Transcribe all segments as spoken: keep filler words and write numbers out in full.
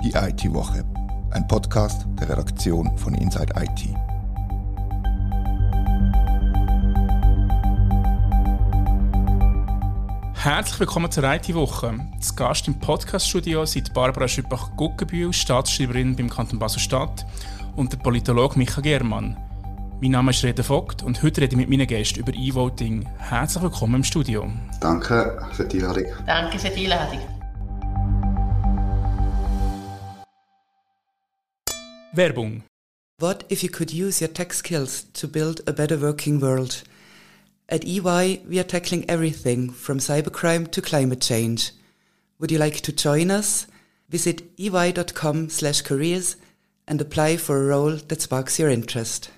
Die I T-Woche, ein Podcast der Redaktion von Inside I T. Herzlich willkommen zur I T-Woche. Zu Gast im Podcast-Studio sind Barbara Schüppach-Guggenbühl, Staatsschreiberin beim Kanton Basel-Stadt, und der Politologe Micha Germann. Mein Name ist Reda Vogt und heute rede ich mit meinen Gästen über E-Voting. Herzlich willkommen im Studio. Danke für die Einladung. Danke für die Einladung. Werbung. What if you could use your tech skills to build a better working world? At E Y, we are tackling everything from cybercrime to climate change. Would you like to join us? Visit e y dot com slash careers and apply for a role that sparks your interest.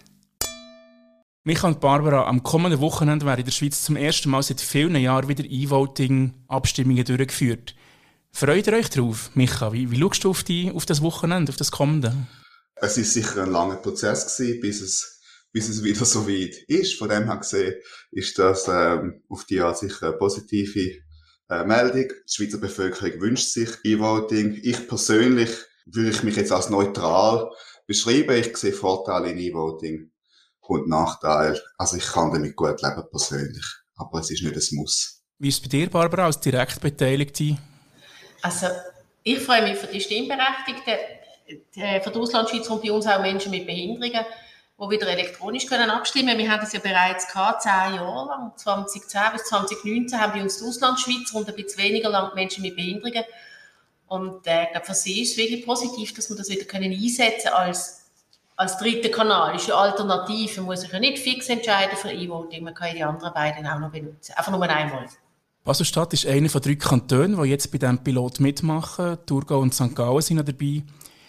Micha und Barbara, am kommenden Wochenende werden in der Schweiz zum ersten Mal seit vielen Jahren wieder E-Voting-Abstimmungen durchgeführt. Freut ihr euch darauf? Micha, wie, wie schaust du auf, die, auf das Wochenende, auf das kommende? Es war sicher ein langer Prozess gewesen, bis es, bis es wieder so weit ist. Von dem her gesehen ist das ähm, auf die Art sicher eine positive äh, Meldung. Die Schweizer Bevölkerung wünscht sich E-Voting. Ich persönlich würde ich mich jetzt als neutral beschreiben. Ich sehe Vorteile in E-Voting und Nachteile. Also ich kann damit gut leben persönlich, aber es ist nicht ein Muss. Wie ist es bei dir, Barbara, als Direktbeteiligte? Also ich freue mich für die Stimmberechtigten, für die Auslandschweizer und bei uns auch Menschen mit Behinderungen, die wieder elektronisch können abstimmen können. Wir haben das ja bereits gehabt, zehn Jahre lang, zwanzig zehn bis zwanzig neunzehn haben bei uns die Auslandschweizer und ein bisschen weniger lang Menschen mit Behinderungen. Und äh, ich glaube, für sie ist es wirklich positiv, dass wir das wieder können einsetzen als, als dritten Kanal. Das ist eine Alternative, man muss sich ja nicht fix entscheiden für E-Voting, man kann die anderen beiden auch noch benutzen, einfach nur einmal. Basel-Stadt ist einer von drei Kantonen, die jetzt bei diesem Pilot mitmachen. Thurgau und Sankt Gallen sind noch dabei.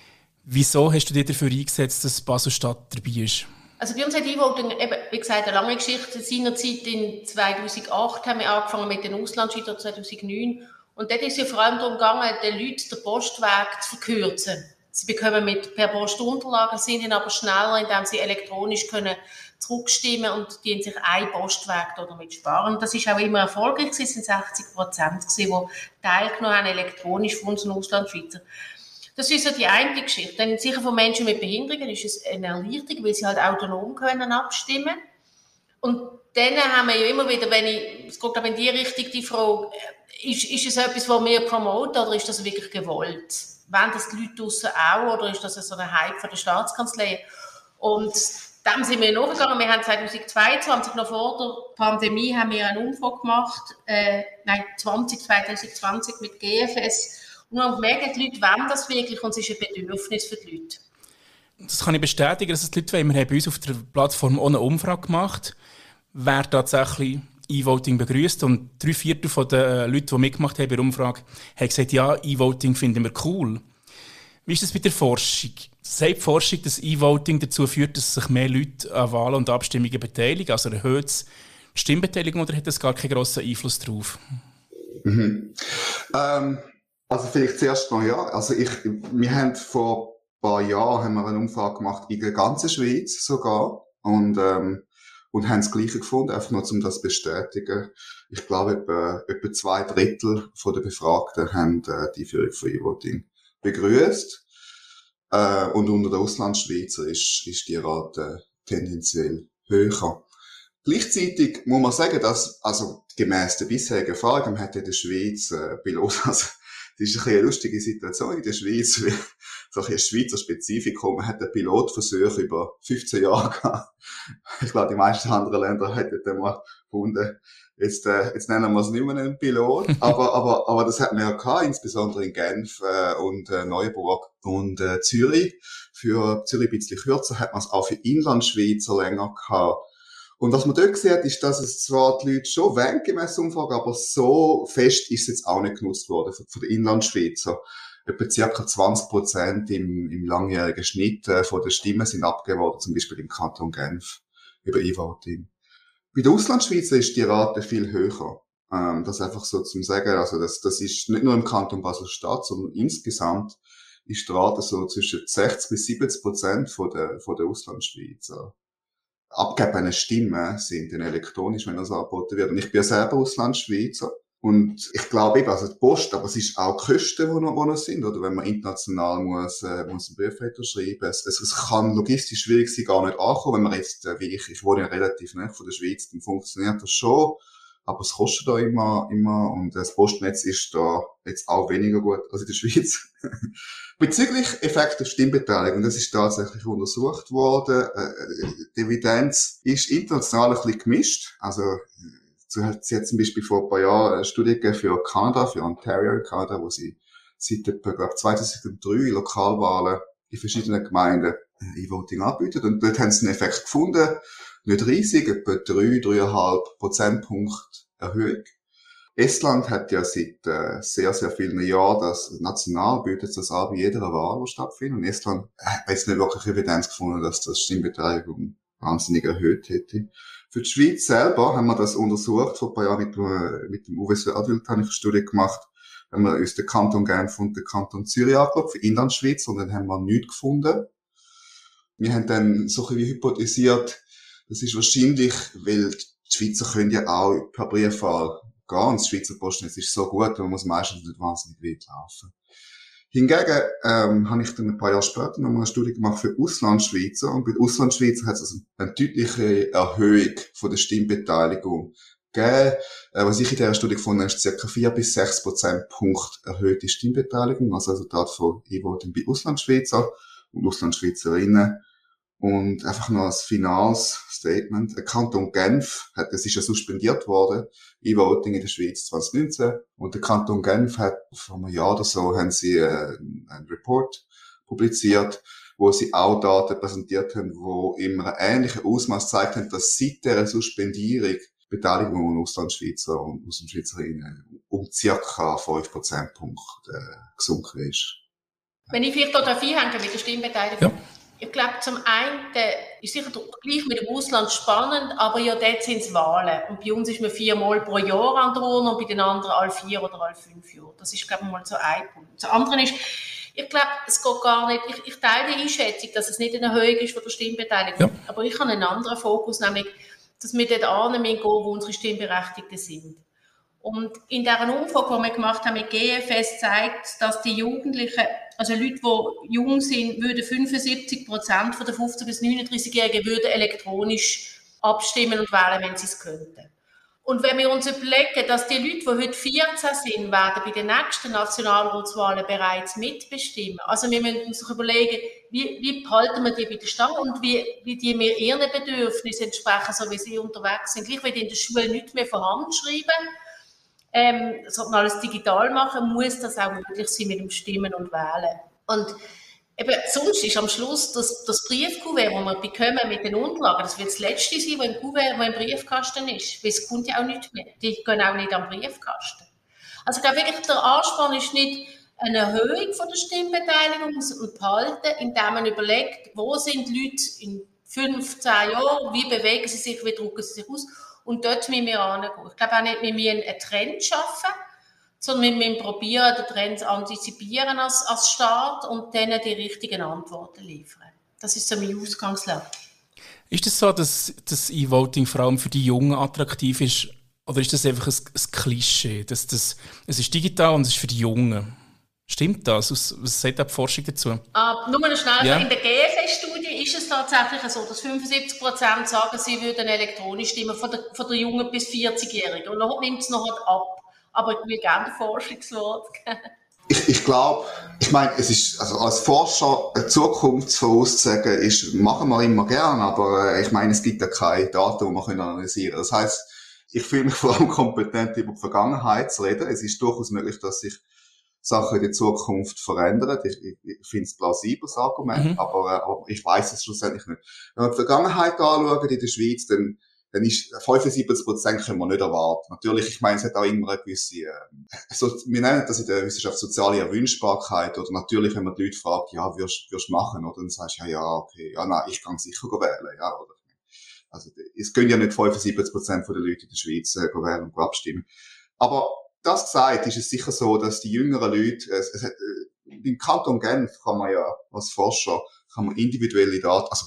Wieso hast du dich dafür eingesetzt, dass Basel-Stadt dabei ist? Also bei uns hat E-Voting, eben, wie gesagt, eine lange Geschichte. Seinerzeit in zweitausendacht haben wir angefangen mit den Auslandschweizern, zweitausendneun. Und dort ist es ja vor allem darum gegangen, den Leuten den Postweg zu verkürzen. Sie bekommen mit per Post Unterlagen, sind dann aber schneller, indem sie elektronisch können zurückstimmen und die sich einen Postweg damit sparen. Und das ist auch immer erfolgreich gewesen. Es sind sechzig Prozent gewesen, die teilgenommen haben, elektronisch von unseren Auslandschweizern. Das ist so die eine Geschichte. Dann sicher von Menschen mit Behinderungen ist es eine Erleichterung, weil sie halt autonom können abstimmen. Und dann haben wir ja immer wieder, wenn ich, es geht aber in die Richtung, die Frage, ist, ist es etwas, was wir promoten oder ist das wirklich gewollt? Wollen das die Leute draussen auch oder ist das so ein Hype von der Staatskanzlei? Und dem sind wir nachgegangen. Wir haben zweitausendzweiundzwanzig, noch vor der Pandemie, haben wir eine Umfrage gemacht, äh, nein, zwanzig, zwanzig zwanzig mit G F S. Und wir haben gemerkt, die Leute wollen das wirklich und es ist ein Bedürfnis für die Leute. Das kann ich bestätigen, dass es die Leute wollen. Wir haben bei uns auf der Plattform auch eine Umfrage gemacht, wer tatsächlich E-Voting begrüßt. Und drei Viertel von den Leuten, die mitgemacht haben bei der Umfrage, haben gesagt, ja, E-Voting finden wir cool. Wie ist das mit der Forschung? Sagt die Forschung, dass E-Voting dazu führt, dass sich mehr Leute an Wahlen und Abstimmungen beteiligen? Also erhöht es die Stimmbeteiligung oder hat das gar keinen grossen Einfluss darauf? Mhm. Ähm, also vielleicht zuerst mal ja. Also ich, wir haben vor ein paar Jahren haben wir eine Umfrage gemacht in der ganzen Schweiz sogar und ähm, und haben das Gleiche gefunden, einfach nur um das zu bestätigen. Ich glaube, etwa, etwa zwei Drittel von den Befragten haben äh, die Einführung von E-Voting begrüßt. Äh, und unter den Auslandschweizer ist, ist die Rate tendenziell höher. Gleichzeitig muss man sagen, dass, also, gemäss der bisherigen Erfahrung, man hat in der Schweiz, äh, Pilot, also, das ist ein bisschen eine lustige Situation in der Schweiz, weil so ein Schweizer Spezifikum, man hat einen Pilotversuch über fünfzehn Jahre gehabt. Ich glaube, die meisten anderen Länder hätten dann mal gefunden, jetzt, äh, jetzt nennen wir es nicht mehr einen Pilot, aber, aber, aber das hat man ja gehabt, insbesondere in Genf, äh, und, äh, Neuburg und, äh, Zürich. Für Zürich ein bisschen kürzer hat man es auch für Inlandschweizer länger gehabt. Und was man dort sieht, ist, dass es zwar die Leute schon wollen, gemäss Umfrage, aber so fest ist es jetzt auch nicht genutzt worden von, von den Inlandschweizer. Etwa circa zwanzig Prozent im, im langjährigen Schnitt äh, von den Stimmen sind abgegeben worden, zum Beispiel im Kanton Genf, über E-Voting. Bei den Auslandschweizer ist die Rate viel höher. Ähm, das einfach so zum Sagen, also das, das ist nicht nur im Kanton Basel-Stadt, sondern insgesamt ist die Rate so zwischen sechzig bis siebzig Prozent von der, von der Auslandschweizer. Abgegebene Stimmen sind dann elektronisch, wenn das angeboten wird. Und ich bin ja selber Auslandschweizer. Und ich glaube eben, also die Post, aber es ist auch die Kosten, die noch, die noch sind, oder wenn man international muss, äh, muss einen Brief schreiben. Es, es, es kann logistisch schwierig sein, gar nicht ankommen. Wenn man jetzt, äh, wie ich, ich wohne ja relativ nah von der Schweiz, dann funktioniert das schon. Aber es kostet da immer, immer, und das Postnetz ist da jetzt auch weniger gut als in der Schweiz. Bezüglich Effekt der Stimmbeteiligung, das ist tatsächlich untersucht worden. Äh, die Evidenz ist international ein bisschen gemischt. Also, sie hat zum Beispiel vor ein paar Jahren eine Studie gegeben für Kanada, für Ontario in Kanada, wo sie seit etwa, glaube ich, zweitausenddrei Lokalwahlen in verschiedenen Gemeinden E-Voting anbieten. Und dort haben sie einen Effekt gefunden. Nicht riesig, etwa drei, dreieinhalb Prozentpunkt Erhöhung. Estland hat ja seit äh, sehr, sehr vielen Jahren das national bietet das an bei jeder Wahl, die stattfindet. Und Estland hat jetzt nicht wirklich Evidenz gefunden, dass das Stimmbeteiligung wahnsinnig erhöht hätte. Für die Schweiz selber haben wir das untersucht. Vor ein paar Jahren mit, äh, mit dem U W S Adult habe ich eine Studie gemacht. Haben wir uns den Kanton Genf und den Kanton Zürich angeschaut, für Inlandschweiz, und dann haben wir nichts gefunden. Wir haben dann so ein bisschen hypothesiert, das ist wahrscheinlich, weil die Schweizer können ja auch per Briefwahl gehen, und das Schweizer Postnetz ist so gut, man muss meistens nicht wahnsinnig weit laufen. Hingegen ähm, habe ich dann ein paar Jahre später noch mal eine Studie gemacht für Auslandschweizer, und bei Auslandschweizer hat es also eine deutliche Erhöhung von der Stimmbeteiligung gegeben. Äh, was ich in dieser Studie gefunden habe, ist ca. vier bis sechs Prozentpunkt erhöhte Stimmbeteiligung, also Resultat von E-Voting bei Auslandschweizer und Auslandschweizerinnen. Und einfach noch als finales Statement. Der Kanton Genf hat, das ist ja suspendiert worden, E-Voting in der Schweiz zwanzig neunzehn. Und der Kanton Genf hat, vor einem Jahr oder so, haben sie äh, einen Report publiziert, wo sie auch Daten präsentiert haben, wo immer ein ähnliches Ausmaß gezeigt haben, dass seit der Suspendierung Beteiligung an Auslandschweizer und Auslandschweizerinnen um circa fünf Prozentpunkte äh, gesunken ist. Wenn ich vielleicht da einhänge mit der Stimmbeteiligung. Ja. Ich glaube, zum einen ist sicher der Vergleich mit dem Ausland spannend, aber ja, dort sind es Wahlen. Und bei uns ist man viermal pro Jahr an der Urne und bei den anderen alle vier oder alle fünf Jahre. Das ist, glaube ich, mal so ein Punkt. Das andere ist, ich glaube, es geht gar nicht, ich, ich teile die Einschätzung, dass es nicht eine Erhöhung ist von der Stimmbeteiligung. Ja. Aber ich habe einen anderen Fokus, nämlich, dass wir dort hin gehen, wo unsere Stimmberechtigten sind. Und in dieser Umfrage, die wir gemacht haben mit G F S, zeigt, dass die Jugendlichen, also Leute, die jung sind, würden fünfundsiebzig Prozent von den fünfzig- bis neununddreißigjährigen würden elektronisch abstimmen und wählen, wenn sie es könnten. Und wenn wir uns überlegen, dass die Leute, die heute vierzehn sind, werden bei den nächsten Nationalratswahlen bereits mitbestimmen. Also wir müssen uns überlegen, wie, wie behalten wir die bei der Stange und wie, wie die mir ihren Bedürfnissen entsprechen, so wie sie unterwegs sind. Gleich, wenn die in der Schule nichts mehr von Hand schreiben, ähm, sondern alles digital machen, muss das auch möglich sein mit dem Stimmen und Wählen. Und eben, sonst ist am Schluss das, das Briefkuvert, das wir bekommen mit den Unterlagen, das wird das Letzte sein, das im Kuvert, das im Briefkasten ist. Weil es kommt ja auch nicht mehr. Die gehen auch nicht am Briefkasten. Also ich glaube wirklich, der Ansporn ist nicht eine Erhöhung von der Stimmbeteiligung und behalten, indem man überlegt, wo sind die Leute in fünfzehn Jahren, wie bewegen sie sich, wie drücken sie sich aus. Und dort müssen wir hingehen. Ich glaube auch nicht, wir müssen einen Trend schaffen, sondern wir müssen probieren, den Trend zu antizipieren als, als Staat und dann die richtigen Antworten liefern. Das ist so mein Ausgangslage. Ist es so, dass das E-Voting vor allem für die Jungen attraktiv ist? Oder ist das einfach ein, ein Klischee? Dass das, es ist digital und es ist für die Jungen. Stimmt das? Was, was sagt die Forschung dazu? Ah, nur mal schnell, ja. In der G F S-Studie ist es tatsächlich so, dass fünfundsiebzig Prozent sagen, sie würden elektronisch stimmen, von der, von der jungen bis vierzigjährigen. Und dann nimmt es noch ab. Aber ich will gerne den Forschungswort geben. Ich, ich glaube, ich meine, es ist, also als Forscher eine Zukunft vorauszusagen, ist, machen wir immer gern, aber äh, ich meine, es gibt ja keine Daten, die man analysieren können. Das heisst, ich fühle mich vor allem kompetent, über die Vergangenheit zu reden. Es ist durchaus möglich, dass sich Sachen in der Zukunft verändern. Ich, ich, ich finde es plausibel, das Argument, mhm. aber, äh, aber ich weiß es schlussendlich nicht. Wenn wir die Vergangenheit anschauen in der Schweiz, dann, dann ist fünfundsiebzig Prozent können wir nicht erwarten. Natürlich, ich meine, es hat auch immer eine gewisse, äh, so, wir nennen das in der Wissenschaft soziale Erwünschbarkeit, oder natürlich, wenn man die Leute fragt, ja, wirst du machen, oder dann sagst du, ja, ja, okay, ja, nein, ich kann sicher wählen, ja, oder? Also, es können ja nicht fünfundsiebzig Prozent der Leute in der Schweiz äh, wählen und abstimmen. Aber das gesagt, ist es sicher so, dass die jüngeren Leute, es, es hat, äh, im Kanton Genf kann man ja als Forscher, kann man individuelle Daten, also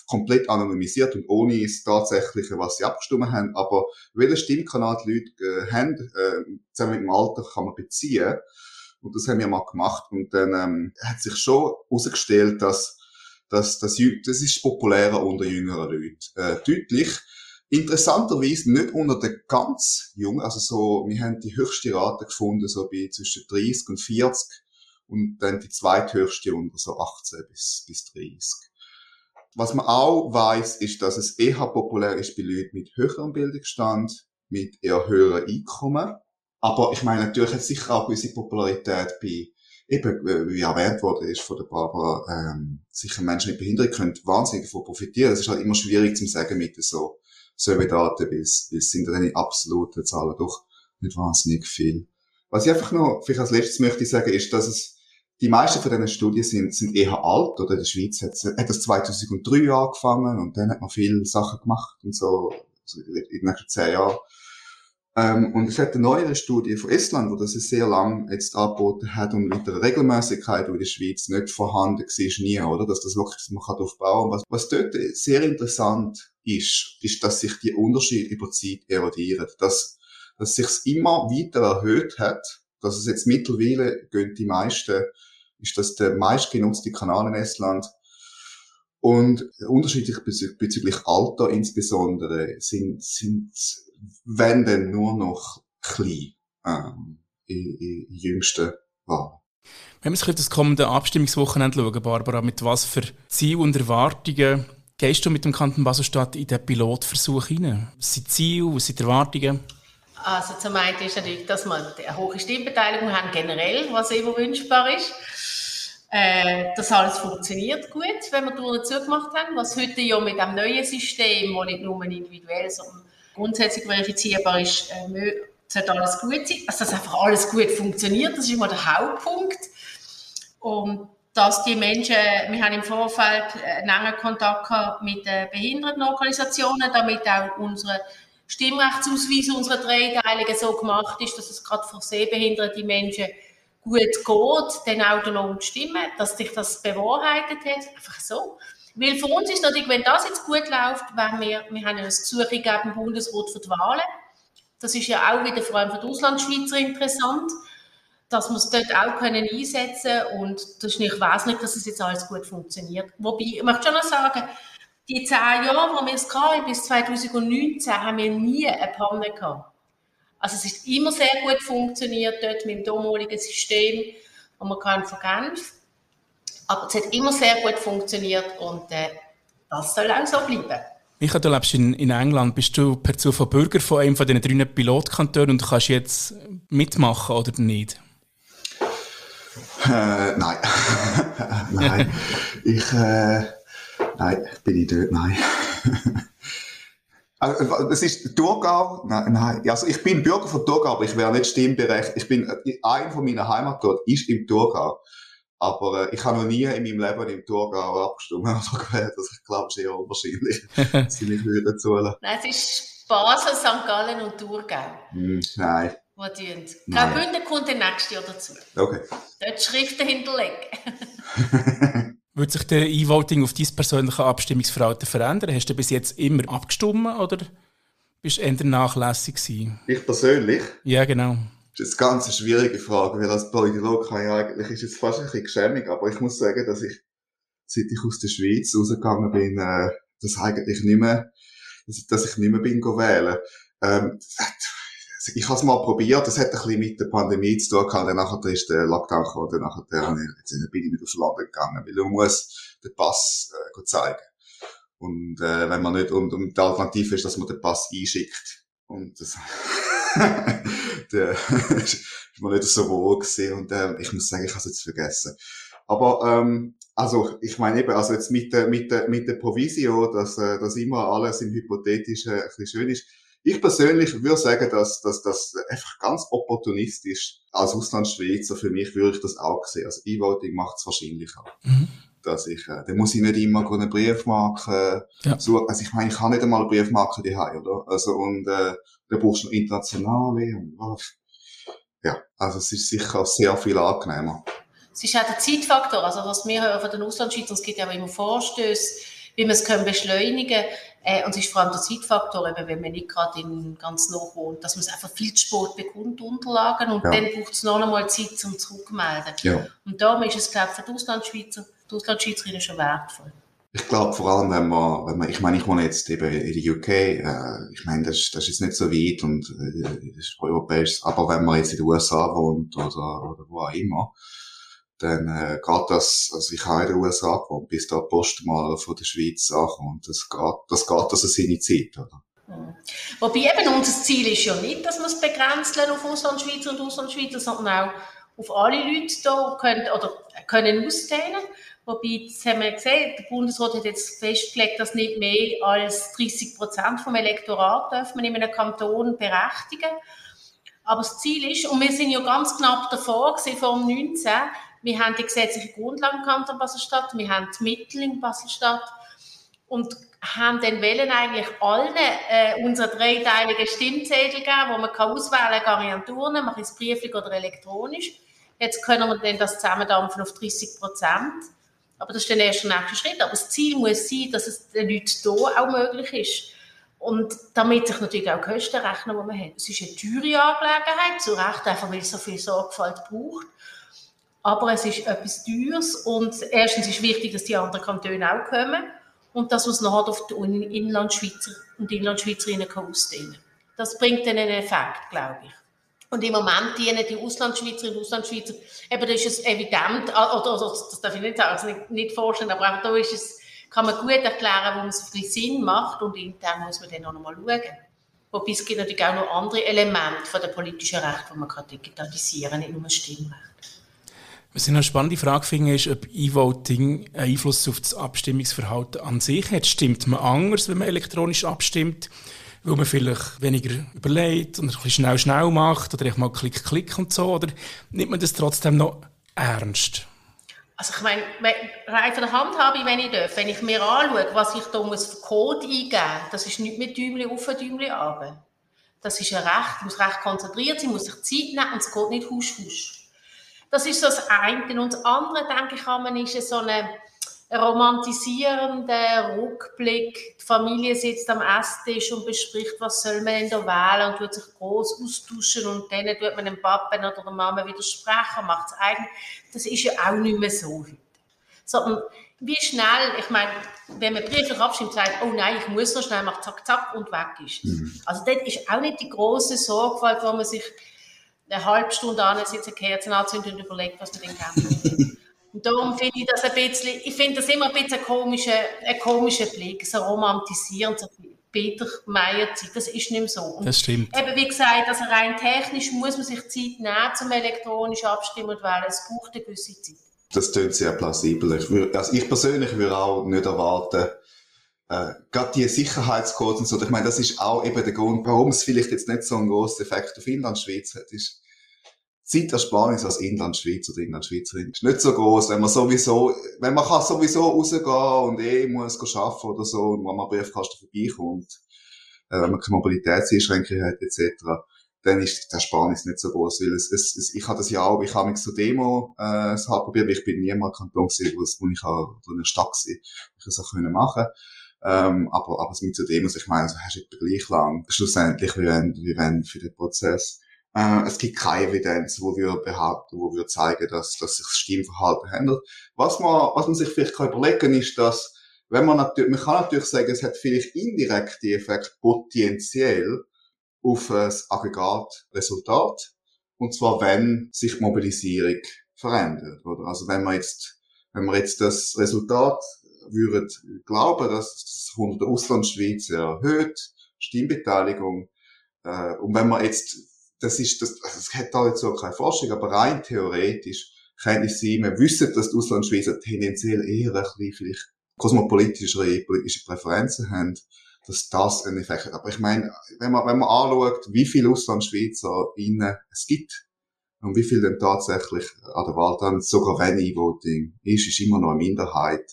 komplett anonymisiert und ohne das Tatsächliche, was sie abgestimmt haben. Aber welchen Stimmkanal die Leute äh, haben, äh, zusammen mit dem Alter, kann man beziehen. Und das haben wir mal gemacht. Und dann ähm, hat sich schon herausgestellt, dass, dass, dass das ist populärer unter jüngeren Leuten. Äh, deutlich. Interessanterweise nicht unter den ganz Jungen. Also so, wir haben die höchste Rate gefunden, so bei zwischen dreißig und vierzig. Und dann die zweithöchste unter so achtzehn bis, bis dreißig. Was man auch weiss, ist, dass es eher populär ist bei Leuten mit höherem Bildungsstand, mit eher höherem Einkommen. Aber ich meine, natürlich hat sicher auch gewisse Popularität bei, eben, wie erwähnt worden ist von der Barbara, ähm, sicher Menschen mit Behinderung können wahnsinnig davon profitieren. Es ist halt immer schwierig zu sagen mit so Survey-Daten, weil es sind dann in absoluten Zahlen doch nicht wahnsinnig viel. Was ich einfach noch vielleicht als letztes möchte sagen, ist, dass es die meisten von diesen Studien sind, sind eher alt, oder in der Schweiz hat, hat das zweitausenddrei angefangen und dann hat man viele Sachen gemacht und so, so in den nächsten zehn Jahren. Ähm, und es hat eine neuere Studie von Estland, wo das sehr lang jetzt angeboten hat und mit einer Regelmäßigkeit, die in der Schweiz nicht vorhanden war, nie, oder? Dass das wirklich, man kann darauf bauen. Was, was dort sehr interessant ist, ist, dass sich die Unterschiede über die Zeit erodieren. Dass, dass sich's immer weiter erhöht hat, dass es jetzt mittlerweile gehen die meisten, ist das der meistgenutzte Kanal in Estland. Und unterschiedlich bezü- bezüglich Alter insbesondere sind, sind, wenn denn nur noch klein, ähm, in, in jüngsten Jahren. Wenn wir uns das kommende Abstimmungswochenende schauen, Barbara, mit was für Zielen und Erwartungen gehst du mit dem Kanton Basel-Stadt in den Pilotversuch hinein? Was sind Ziele, was sind Erwartungen? Also zum einen ist natürlich, dass wir eine hohe Stimmbeteiligung haben, generell, was immer wünschbar ist. Äh, dass alles funktioniert gut, wenn wir Touren zugemacht haben, was heute ja mit dem neuen System, das nicht nur individuell, sondern grundsätzlich verifizierbar ist, äh, sollte alles gut sein. Also dass einfach alles gut funktioniert, das ist immer der Hauptpunkt. Und dass die Menschen, wir haben im Vorfeld einen engen Kontakt gehabt mit den Behindertenorganisationen, damit auch unsere Stimmrechtsausweis unserer Dreiteilungen so gemacht ist, dass es gerade für sehbehinderte Menschen gut geht, dann autonom zu stimmen, dass sich das bewahrheitet hat, einfach so. Weil für uns ist natürlich, wenn das jetzt gut läuft, wenn wir, wir haben ja ein Gesuch gegeben im Bundesrat für die Wahlen, das ist ja auch wieder vor allem für die Auslandschweizer interessant, dass wir es dort auch können einsetzen können und das ist nicht wesentlich, dass es jetzt alles gut funktioniert. Wobei, ich möchte schon noch sagen, die zehn Jahre, wo wir es hatten, bis zwanzig neunzehn, haben wir nie eine Panne gehabt. Also es ist immer sehr gut funktioniert dort mit dem damaligen System, das wir von Genf. Aber es hat immer sehr gut funktioniert und äh, das soll auch so bleiben. Micha, du lebst in, in England. Bist du per Zufall Bürger von einem von diesen drei Pilotkantonen und kannst jetzt mitmachen oder nicht? Äh, nein. nein. ich, äh, nein, bin ich dort, nein. Also, es ist Thurgau, nein, nein, also ich bin Bürger von Thurgau, aber ich wäre nicht stimmberechtigt. Ich bin, ein von meiner Heimatort ist im Thurgau. Aber äh, ich habe noch nie in meinem Leben im Thurgau abgestimmt oder gewählt. Also ich glaube, es ist eher unwahrscheinlich, dass sie mich würden zulassen. Nein, es ist Basel, Sankt Gallen und Thurgau. Mm, nein. Was tun. Graubünden kommt dann nächstes Jahr dazu. Okay. Dort Schriften hinterlegen. Wird sich der E-Voting auf dein persönliche Abstimmungsverhalten verändern? Hast du bis jetzt immer abgestimmt oder bist du eher nachlässig gewesen? Ich persönlich? Ja, genau. Das ist eine ganz schwierige Frage, weil als Politologe kann ich eigentlich, ist jetzt fast ein bisschen geschämig, aber ich muss sagen, dass ich, seit ich aus der Schweiz rausgegangen bin, äh, das eigentlich nicht mehr, dass, dass ich nicht mehr bin go wählen. Ähm, ich habe es mal probiert, das hat ein bisschen mit der Pandemie zu tun gehabt, dann nachher ist der Lockdown gekommen, dann nachher jetzt bin ich nicht aufs Land gegangen, weil man muss den Pass äh, zeigen. Und äh, wenn man nicht, und, und die Alternative ist, dass man den Pass einschickt. Und das der ist mir nicht so wohl gewesen. Und äh, ich muss sagen, ich habe es jetzt vergessen. Aber ähm, also ich meine eben, also jetzt mit der mit der mit der Provisio, dass äh, dass immer alles im Hypothetischen ein bisschen schön ist. Ich persönlich würde sagen, dass dass das einfach ganz opportunistisch als Auslandsschweizer für mich würde ich das auch sehen. Also E-Voting macht es wahrscheinlicher. Mhm. Dass ich, äh, dann muss ich nicht immer eine Briefmarke ja. suchen. Also ich meine, ich habe nicht einmal eine Briefmarke daheim, oder? Also und äh, da brauchst du noch internationale und was. Ja, also es ist sicher sehr viel angenehmer. Es ist auch der Zeitfaktor, also was wir hören von den Auslandschweizern, es gibt ja immer Vorstöße, wie wir es können beschleunigen können. Äh, und es ist vor allem der Zeitfaktor, eben, wenn man nicht gerade in ganz nah wohnt, dass man es einfach viel zu spät bekommt, Unterlagen, und ja. dann braucht es noch einmal Zeit zum Zurückmelden. Ja. Und darum ist es, glaube ich, für die Auslandschweizer, die Auslandschweizerinnen schon wertvoll. Ich glaube, vor allem, wenn man, wenn man, ich meine, ich wohne jetzt eben in der U K, äh, ich meine, das, das ist nicht so weit und äh, das ist europäisch, aber wenn man jetzt in den U S A wohnt oder, oder wo auch immer, dann äh, geht das, also ich habe in den U S A gewohnt, bis da die Post mal von der Schweiz ankommt, das geht, das geht also seine Zeit, oder? Mhm. Wobei eben unser Ziel ist ja nicht, dass wir es begrenzen auf Auslandschweizer und Auslandschweizer, sondern auch auf alle Leute hier können, oder können ausdehnen. Wobei, das haben wir gesehen, der Bundesrat hat jetzt festgelegt, dass nicht mehr als dreissig Prozent vom Elektorat dürfen wir in einem Kanton berechtigen. Aber das Ziel ist, und wir sind ja ganz knapp davor gewesen, vor dem neunzehn, wir haben die gesetzliche Grundlage im Kanton Basel-Stadt, wir haben die Mittel in Basel-Stadt und haben dann wollen eigentlich allen äh, unsere dreiteiligen Stimmzettel geben, wo man kann auswählen kann, Varianturen, mache ich es brieflich oder elektronisch. Jetzt können wir dann das zusammendampfen auf dreissig Prozent. Aber das ist dann erst der nächste Schritt. Aber das Ziel muss sein, dass es den Leuten hier auch möglich ist. Und damit sich natürlich auch Kosten rechnen, die man hat. Es ist eine teure Angelegenheit, zu Recht, einfach weil es so viel Sorgfalt braucht. Aber es ist etwas Teures und erstens ist wichtig, dass die anderen Kantone auch kommen und dass man es nachher auf die Inlandschweizer und Inlandschweizerinnen ausdehnen kann. Das bringt dann einen Effekt, glaube ich. Und im Moment dienen die Auslandschweizerinnen und Auslandschweizer, eben da ist es evident, oder, oder das darf ich nicht sagen, also nicht, nicht vorstellen, aber auch da ist es, kann man gut erklären, warum es viel Sinn macht und intern muss man dann auch noch mal schauen. Wobei es gibt natürlich auch noch andere Elemente von der politischen Rechte, die man kann digitalisieren, nicht nur das Stimmrecht. Was ich noch eine spannende Frage finde, ist, ob E-Voting einen Einfluss auf das Abstimmungsverhalten an sich hat. Stimmt man anders, wenn man elektronisch abstimmt, weil man vielleicht weniger überlegt und ein bisschen schnell, schnell macht oder echt mal Klick, Klick und so? Oder nimmt man das trotzdem noch ernst? Also ich meine, rein von der Hand habe ich, wenn ich darf, wenn ich mir anschaue, was ich da muss für Code eingeben muss, das ist nicht mit Däumchen auf und Däumchen runter. Das ist ja recht, muss recht konzentriert sein, muss sich Zeit nehmen und es geht nicht husch, husch. Das ist so das eine. Und das andere, denke ich, man ist so ein romantisierender Rückblick. Die Familie sitzt am Esstisch und bespricht, was soll man denn da wählen und tut sich gross austauschen und dann tut man dem Papa oder der Mama widersprechen, macht es eigen. Das ist ja auch nicht mehr so heute. Sondern wie schnell, ich meine, wenn man brieflich abstimmt, sagt, oh nein, ich muss noch schnell, macht zack, zack und weg ist. Mhm. Also dort ist auch nicht die grosse Sorgfalt, wo man sich eine halbe Stunde ansetzt, eine Kerze anzündet und überlegt, was man denn kann. Und darum finde ich das ein bisschen, ich finde das immer ein bisschen ein komischer, ein komischer Blick, so romantisierend, so Peter Meyer-Zeit, das ist nicht mehr so. Und das stimmt. Eben wie gesagt, also rein technisch muss man sich Zeit nehmen, zum elektronisch abstimmen und wählen, es braucht eine gewisse Zeit. Das klingt sehr plausibel. Ich, würde, also ich persönlich würde auch nicht erwarten, äh, gerade die Sicherheitscodes und so, ich meine, das ist auch eben der Grund, warum es vielleicht jetzt nicht so einen grossen Effekt auf Inlandschweiz hat, ist Zeitersparnis als Inlandschweizer oder Inlandschweizerin ist nicht so gross, wenn man sowieso, wenn man kann sowieso rausgehen und eh muss arbeiten oder so, und wenn man am Briefkasten vorbeikommt, äh, wenn man keine Mobilitätseinschränkungen hat, et cetera, dann ist die Ersparnis nicht so gross, weil es, es, es, ich habe das ja auch, ich habe mich zur Demo, äh, es halt probiert, weil ich bin nie mal Kanton gewesen, wo, wo ich auch, in der Stadt gewesen, ich das auch können machen. Ähm, aber, aber es mit zur Demos, ich meine, also hast du etwa gleich lang, schlussendlich, wie wenn, wie wenn für den Prozess. Äh, es gibt keine Evidenz, wo wir behaupten, wo wir zeigen, dass, dass sich das Stimmverhalten ändert. Was man, was man sich vielleicht kann überlegen kann, ist, dass, wenn man natürlich, man kann natürlich sagen, es hat vielleicht indirekte Effekte potenziell auf das Aggregatresultat. Und zwar, wenn sich die Mobilisierung verändert, oder? Also, wenn man jetzt, wenn man jetzt das Resultat würde glauben, dass das unter der Auslandschweizer erhöht, Stimmbeteiligung, äh, und wenn man jetzt, das ist, das, also es hat da jetzt so keine Forschung, aber rein theoretisch kann es sein, wir wissen, dass die Auslandschweizer tendenziell eher ein bisschen vielleicht kosmopolitische, politische Präferenzen haben, dass das einen Effekt hat. Aber ich meine, wenn man, wenn man anschaut, wie viele AuslandschweizerInnen es gibt und wie viele dann tatsächlich an der Wahl dann, sogar wenn E-Voting ist, ist immer noch eine Minderheit,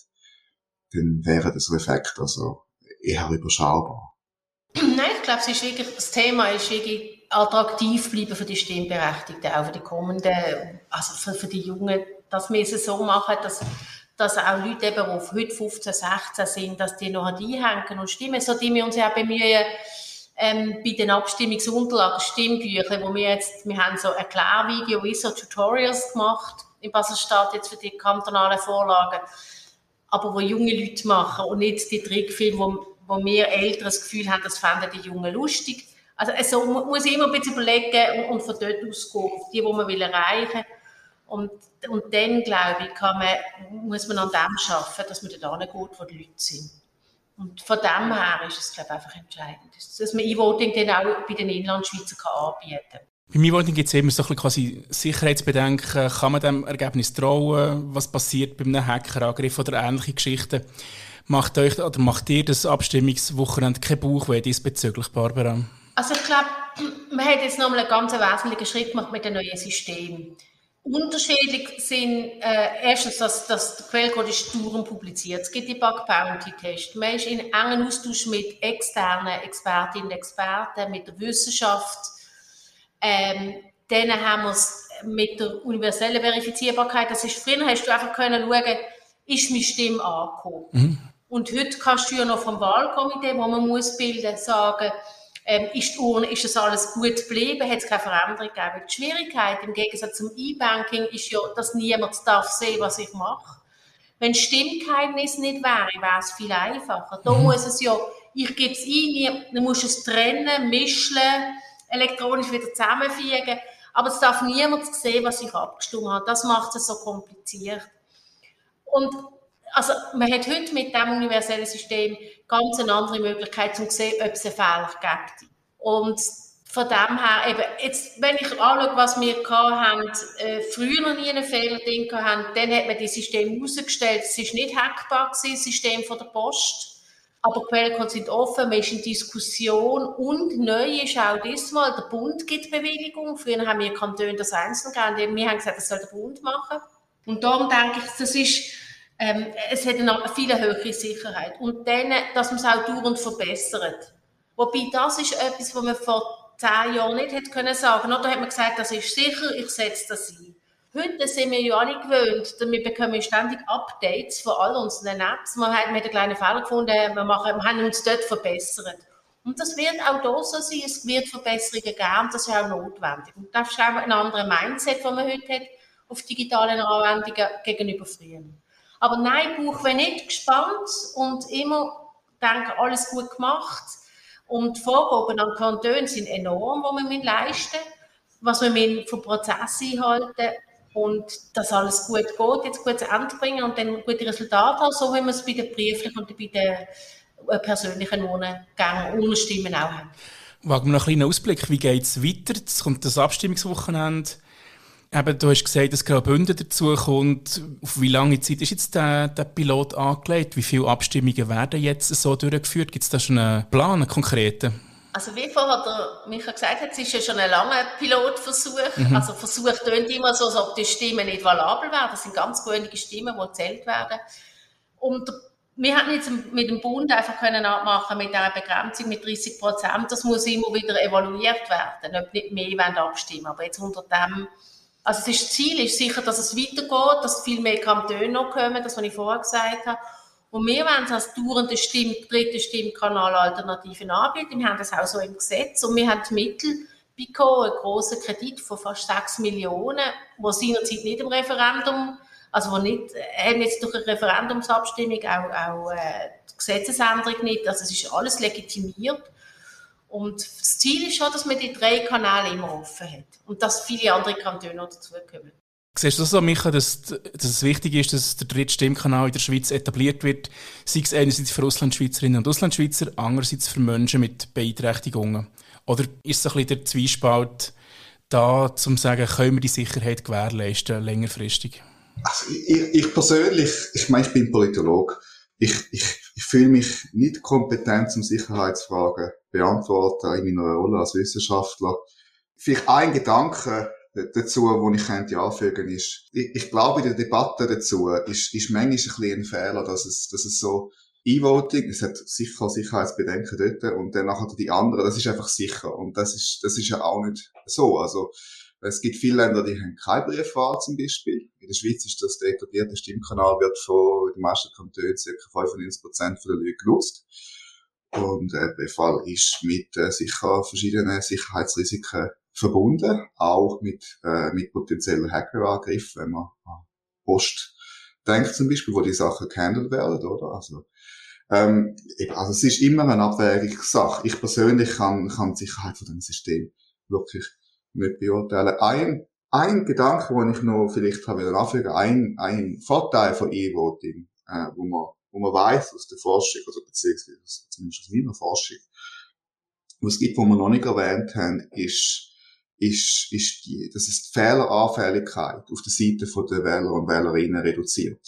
dann wäre das Effekt also eher überschaubar. Nein, ich glaube, es ist wirklich, das Thema ist wirklich attraktiv bleiben für die Stimmberechtigten, auch für die kommenden, also für, für die Jungen, dass wir es so machen, dass, dass dass auch Leute, eben, die heute fünfzehn, sechzehn sind, dass die noch einhängen und stimmen, so die wir uns ja auch bemühen, ähm, bei den Abstimmungsunterlagen, Stimmbüchern, wo wir jetzt, wir haben so Erklärvideo, wie so Tutorials gemacht in Basel-Stadt jetzt für die kantonalen Vorlagen, aber wo junge Leute machen und nicht die Trickfilme, wo, wo wir Eltern das Gefühl haben, das fänden die Jungen lustig. Also, also man muss immer ein bisschen überlegen und, und von dort ausgehen, die, die man will erreichen will. Und, und dann, glaube ich, kann man, muss man an dem arbeiten, dass man dort hingeht, wo die Leute sind. Und von dem her ist es, glaube ich, einfach entscheidend, dass man E-Voting dann auch bei den Inlandschweizern anbieten kann. Beim E-Voting gibt es immer so ein bisschen quasi Sicherheitsbedenken. Kann man dem Ergebnis trauen? Was passiert bei einem Hackerangriff oder ähnliche Geschichten? Macht euch oder macht ihr das Abstimmungswochenende kein Bauchweh diesbezüglich, Barbara? Also ich glaube, man hat jetzt nochmal einen ganz wesentlichen Schritt gemacht mit dem neuen System. Unterschiedlich sind äh, erstens, dass, dass der Quellcode ist dauernd publiziert. Es gibt die Bug-Bounty-Tests. Man ist in engen Austausch mit externen Expertinnen und Experten, mit der Wissenschaft. Ähm, dann haben wir es mit der universellen Verifizierbarkeit. Das ist, früher hast du einfach können schauen, ist meine Stimme angekommen. Mhm. Und heute kannst du ja noch vom Wahlkomitee, wo man muss bilden, sagen, Ähm, ist, die Urne, ist das alles gut geblieben? Hat es keine Veränderung gegeben? Die Schwierigkeit im Gegensatz zum E-Banking ist ja, dass niemand darf sehen, was ich mache. Wenn Stimmgeheimnis nicht wäre, wäre es viel einfacher. Da mhm. muss es ja, ich gebe es ein, dann musst du es trennen, mischen, elektronisch wieder zusammenfügen. Aber es darf niemand sehen, was ich abgestimmt habe. Das macht es so kompliziert. Und also, man hat heute mit diesem universellen System ganz eine andere Möglichkeit, um zu sehen, ob es einen Fehler gibt. Und von dem her, eben, jetzt, wenn ich anschaue, was wir hatten, äh, früher noch nie einen Fehler drin hatten, dann hat man das System herausgestellt, es war nicht hackbar gewesen, das System von der Post. Aber die Quellcodes sind offen, man ist in Diskussion und neu ist auch diesmal, der Bund gibt Bewilligung. Früher haben wir Kantone das einzeln gegeben, wir haben gesagt, das soll der Bund machen. Und darum denke ich, das ist Ähm, es hat eine viel höhere Sicherheit. Und dann, dass man es auch dauernd verbessert. Wobei, das ist etwas, was man vor zehn Jahren nicht hätte können sagen. Da hat man gesagt, das ist sicher, ich setze das ein. Heute sind wir ja alle gewöhnt, wir bekommen ständig Updates von all unseren Apps. Man hat einen kleinen Fehler gefunden, wir, machen, wir haben uns dort verbessert. Und das wird auch da so sein, es wird Verbesserungen geben, das ist auch notwendig. Und das ist auch ein anderes Mindset, das man heute hat, auf digitalen Anwendungen gegenüber früher. Aber nein, Bauchweh nicht, gespannt und immer denke, alles gut gemacht. Und die Vorgaben an Kantonen sind enorm, die wir leisten müssen, was wir für Prozesse einhalten und dass alles gut geht, jetzt gut zu Ende bringen und dann gute Resultate haben, so wie wir es bei den brieflichen und bei den persönlichen Urnengängen, Urnenstimmen auch haben. Wagen wir noch einen kleinen Ausblick, wie geht es weiter? Jetzt kommt das Abstimmungswochenende. Eben, du hast gesagt, dass Graubünden dazu kommt. Auf wie lange Zeit ist jetzt der, der Pilot angelegt? Wie viele Abstimmungen werden jetzt so durchgeführt? Gibt es da schon einen Plan, einen konkreten? Also wie vorher der Michael gesagt hat, es ist ja schon ein langer Pilotversuch. Mhm. Also Versuch tönt immer so, als ob die Stimmen nicht valabel werden. Das sind ganz gültige Stimmen, die gezählt werden. Und wir hatten jetzt mit dem Bund einfach können abmachen mit einer Begrenzung mit dreißig Prozent. Das muss immer wieder evaluiert werden, ob nicht mehr abstimmen wollen. Aber jetzt unter dem, also das, ist, das Ziel ist sicher, dass es weitergeht, dass viel mehr Kantone noch kommen, das, was ich vorher gesagt habe. Und wir wollen es als dauernden Stimm, dritten Stimmkanal Alternativen anbieten. Wir haben das auch so im Gesetz. Und wir haben die Mittel bekommen, einen grossen Kredit von fast sechs Millionen, wo seinerzeit nicht im Referendum, also wo nicht, haben jetzt durch eine Referendumsabstimmung auch, auch äh, die Gesetzesänderung nicht, also es ist alles legitimiert. Und das Ziel ist schon, dass man die drei Kanäle immer offen hat und dass viele andere Kantone noch dazukommen. Siehst du das so, Micha, dass, dass es wichtig ist, dass der dritte Stimmkanal in der Schweiz etabliert wird, sei es einerseits für Auslandschweizerinnen und Auslandschweizer, andererseits für Menschen mit Beeinträchtigungen? Oder ist so ein bisschen der Zwiespalt da, um zu sagen, können wir die Sicherheit gewährleisten, längerfristig? Also ich, ich persönlich, ich meine, ich bin Politologe. Ich, ich, ich fühle mich nicht kompetent, um Sicherheitsfragen beantworten in meiner Rolle als Wissenschaftler. Vielleicht ein Gedanke dazu, den ich könnte anfügen ist, ich, ich glaube, in der Debatte dazu ist, ist manchmal ein bisschen ein Fehler, dass es, dass es so E-Voting, es hat sicher Sicherheitsbedenken dort und dann nachher die anderen, das ist einfach sicher und das ist, das ist ja auch nicht so. Also, Es gibt viele Länder, die haben keine Briefwahl zum Beispiel. In der Schweiz ist das der etablierte Stimmkanal, wird von den meisten Kantonen ca. fünfundneunzig Prozent der Leute genutzt. Und der Briefwahl ist mit äh, sicher verschiedenen Sicherheitsrisiken verbunden, auch mit, äh, mit potenziellen Hackerangriffen, wenn man an Post denkt zum Beispiel, wo die Sachen gehandelt werden, oder? Also, ähm, also es ist immer eine Abwägungssache. Ich persönlich kann, kann die Sicherheit von dem System wirklich nicht beurteilen. Ein, ein Gedanke, den ich noch vielleicht habe wieder anfügen, ein, ein Vorteil von E-Voting, äh, wo man, wo man weiss aus der Forschung, oder beziehungsweise zumindest aus meiner Forschung, was es gibt, wo wir noch nicht erwähnt haben, ist, ist, ist die, dass es die Fehleranfälligkeit auf der Seite von der Wähler und Wählerinnen reduziert.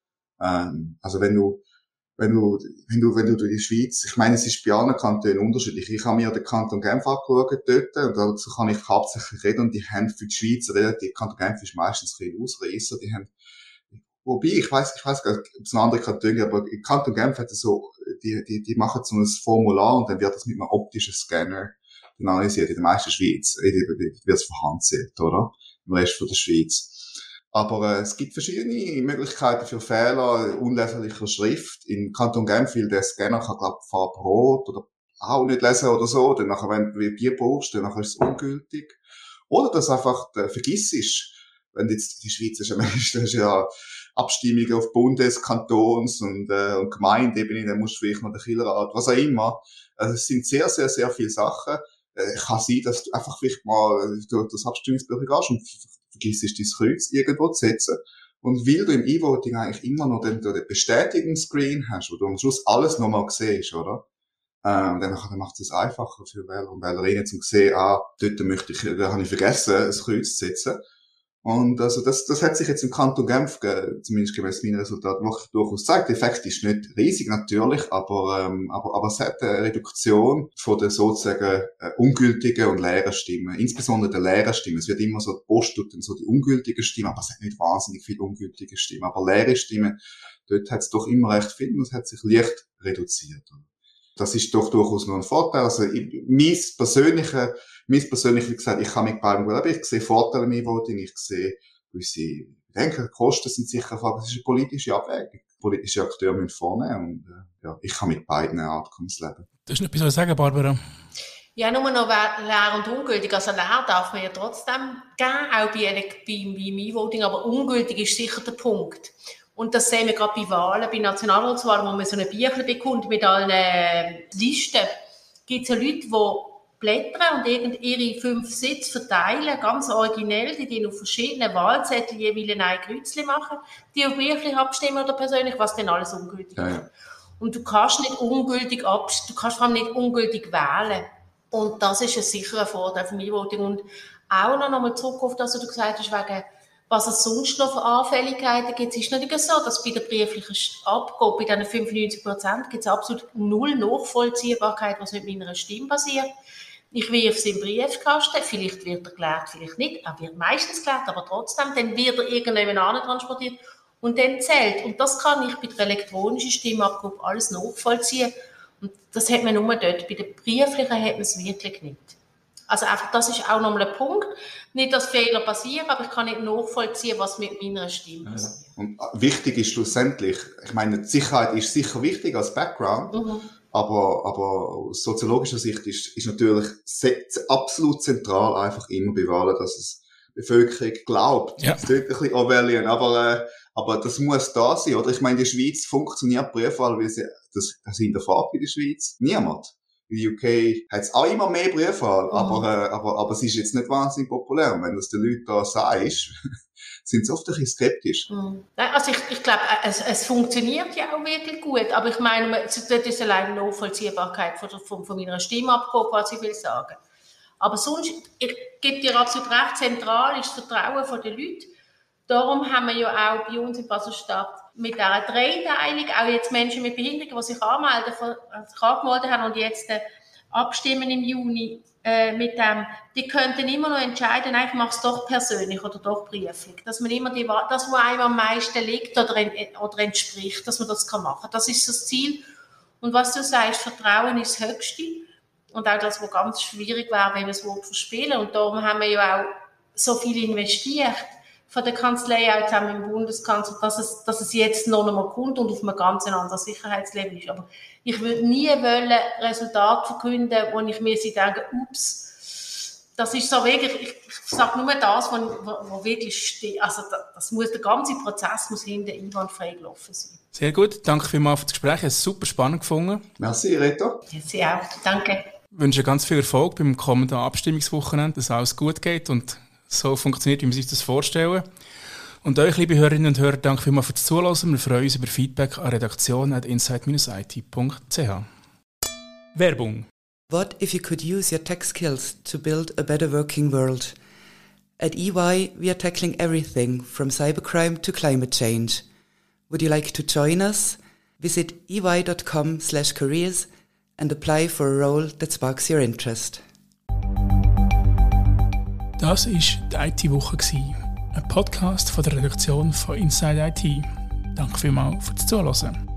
Ähm, also wenn du, wenn du, wenn du, wenn du durch die Schweiz, ich meine, es ist bei allen Kantonen unterschiedlich. Ich habe mir den Kanton Genf angeschaut dort, und dazu kann ich hauptsächlich reden, und die haben für die Schweiz relativ, Kanton Genf ist meistens ein Ausreißer, die haben, wobei, ich weiss, ich weiss gar nicht, ob es ein anderer Kanton gibt, aber Kanton Genf hat so, die, die, die machen so ein Formular, und dann wird das mit einem optischen Scanner analysiert. In der meisten Schweiz wird es von Hand gezählt, oder? Im Rest von der Schweiz. Aber äh, es gibt verschiedene Möglichkeiten für Fehler unleserlicher Schrift. In Kanton Genf will der Scanner, kann, glaub, Farbe rot oder auch nicht lesen oder so. Dann nachher, wenn du Bier brauchst, dann nachher ist es ungültig. Oder dass einfach äh, vergiss ist, wenn jetzt die Schweiz ist, ja, ist ja Abstimmungen auf Bundes-, Kantons- und, äh, und Gemeindeebene, dann musst du vielleicht noch den Killerrat, was auch immer. Also es sind sehr, sehr, sehr viele Sachen. Äh, kann sein, dass du einfach vielleicht mal durch das Abstimmungsbüro gehst und vergisst, dein Kreuz irgendwo zu setzen. Und weil du im E-Voting eigentlich immer noch den, den Bestätigungsscreen hast, wo du am Schluss alles nochmal siehst, oder? Ähm, dann, dann macht es einfacher für Wähler und Wählerinnen zum sehen, ah, dort möchte ich, da habe ich vergessen, das Kreuz zu setzen. Und also das, das hat sich jetzt im Kanton Genf, zumindest gemäss meinen Resultaten, wirklich durchaus gezeigt. Der Effekt ist nicht riesig natürlich, aber, ähm, aber, aber es hat eine Reduktion von den sozusagen äh, ungültigen und leeren Stimmen, insbesondere der leeren Stimmen. Es wird immer so, die Post tut dann so die ungültigen Stimmen, aber es hat nicht wahnsinnig viele ungültige Stimmen. Aber leere Stimmen, dort hat es doch immer recht viel, und es hat sich leicht reduziert. Das ist doch durchaus noch ein Vorteil. Also, ich, mein persönlicher, mein persönlich, wie gesagt, ich kann mit beidem gut leben. Ich sehe Vorteile im E-Voting. Ich sehe gewisse, ich denke, Kosten sind sicher Fragen. Es ist eine politische Abwägung. Politische Akteure müssen vornehmen. Und, äh, ja, ich kann mit beiden Outcomes leben. Du hast noch etwas sagen, Barbara? Ja, nur noch leer und ungültig. Also leer darf man ja trotzdem geben, auch bei, bei, beim E-Voting. Aber ungültig ist sicher der Punkt. Und das sehen wir gerade bei Wahlen, bei Nationalratswahlen, wo man so ein Büchlein bekommt mit allen äh, Listen. Gibt es ja Leute, die blättern und irgend ihre fünf Sitze verteilen, ganz originell, die gehen auf verschiedenen Wahlzetteln jeweils ein Kreuzchen machen, die auf Büchlein abstimmen oder persönlich, was dann alles ungültig ja, ist. ja. Und du kannst nicht ungültig abstimmen, du kannst vor allem nicht ungültig wählen. Und das ist ein sicherer Vorteil vom E-Voting. Und auch noch einmal zurück auf das, was du gesagt hast, wegen was es sonst noch für Anfälligkeiten gibt. Es ist natürlich so, dass bei der brieflichen Abgabe, bei diesen fünfundneunzig Prozent, gibt es absolut null Nachvollziehbarkeit, was mit meiner Stimme passiert. Ich wirf es in den Briefkasten, vielleicht wird er gelehrt, vielleicht nicht, er wird meistens gelehrt, aber trotzdem, dann wird er irgendjemand antransportiert und dann zählt. Und das kann ich bei der elektronischen Stimmabgabe alles nachvollziehen. Und das hat man nur dort. Bei der brieflichen hat man es wirklich nicht. Also einfach, das ist auch nochmal ein Punkt. Nicht, dass Fehler passieren, aber ich kann nicht nachvollziehen, was mit meiner Stimme passiert. Ja. Und wichtig ist schlussendlich, ich meine, die Sicherheit ist sicher wichtig als Background, mhm. aber, aber aus soziologischer Sicht ist, ist natürlich absolut zentral einfach immer bei Wahlen, dass es die Bevölkerung glaubt. Ja. Das ist ein bisschen Orwellian, aber, äh, aber das muss da sein, oder? Ich meine, in der Schweiz funktioniert Briefwahl, weil sie, das, das hinterfragt in der Schweiz niemand. In der U K hat es auch immer mehr Briefwahl, mhm. aber, äh, aber, aber es ist jetzt nicht wahnsinnig populär. Und wenn du es den Leuten da sagst, sind sie oft ein bisschen skeptisch. Mhm. Also ich, ich glaube, es, es funktioniert ja auch wirklich gut, aber ich meine, das ist allein die Nachvollziehbarkeit von, von, von meiner Stimmabgabe, was ich will sagen. Aber sonst, ich gebe dir absolut recht, zentral ist das Vertrauen der Leute. Darum haben wir ja auch bei uns in Basel-Stadt mit dieser Dreiteilung, auch jetzt Menschen mit Behinderungen, die sich anmelden, sich angemeldet haben und jetzt äh, abstimmen im Juni äh, mit dem, die könnten immer noch entscheiden, ich mache es doch persönlich oder doch brieflich. Dass man immer die, das, was einem am meisten liegt oder, oder entspricht, dass man das machen kann. Das ist das Ziel. Und was du sagst, Vertrauen ist das Höchste. Und auch das, was ganz schwierig wäre, wenn wir das Wort verspielen. Und darum haben wir ja auch so viel investiert von der Kanzlei auch zusammen im Bundeskanzler, dass es, dass es jetzt noch einmal kommt und auf einem ganz anderen Sicherheitslevel ist. Aber ich würde nie wollen Resultate verkünden, wo ich mir denke, ups, das ist so wirklich, ich, ich sage nur das, wo, wo wirklich steht. Also das muss, der ganze Prozess muss hinten einwandfrei gelaufen sein. Sehr gut, danke vielmals für das Gespräch, ich habe es super spannend gefunden. Merci, Reto. Ja, Sie auch, danke. Ich wünsche ganz viel Erfolg beim kommenden Abstimmungswochenende, dass alles gut geht und so funktioniert, wie wir sich das vorstellen. Und euch, liebe Hörerinnen und Hörer, danke vielmals fürs Zuhören. Wir freuen uns über Feedback an redaktion at insight dash i t punkt c h. Werbung. What if you could use your tech skills to build a better working world? At E Y, we are tackling everything from cybercrime to climate change. Would you like to join us? Visit e y dot com slash careers and apply for a role that sparks your interest. Das war die I T-Woche, ein Podcast von der Redaktion von Inside I T. Danke vielmals fürs Zuhören.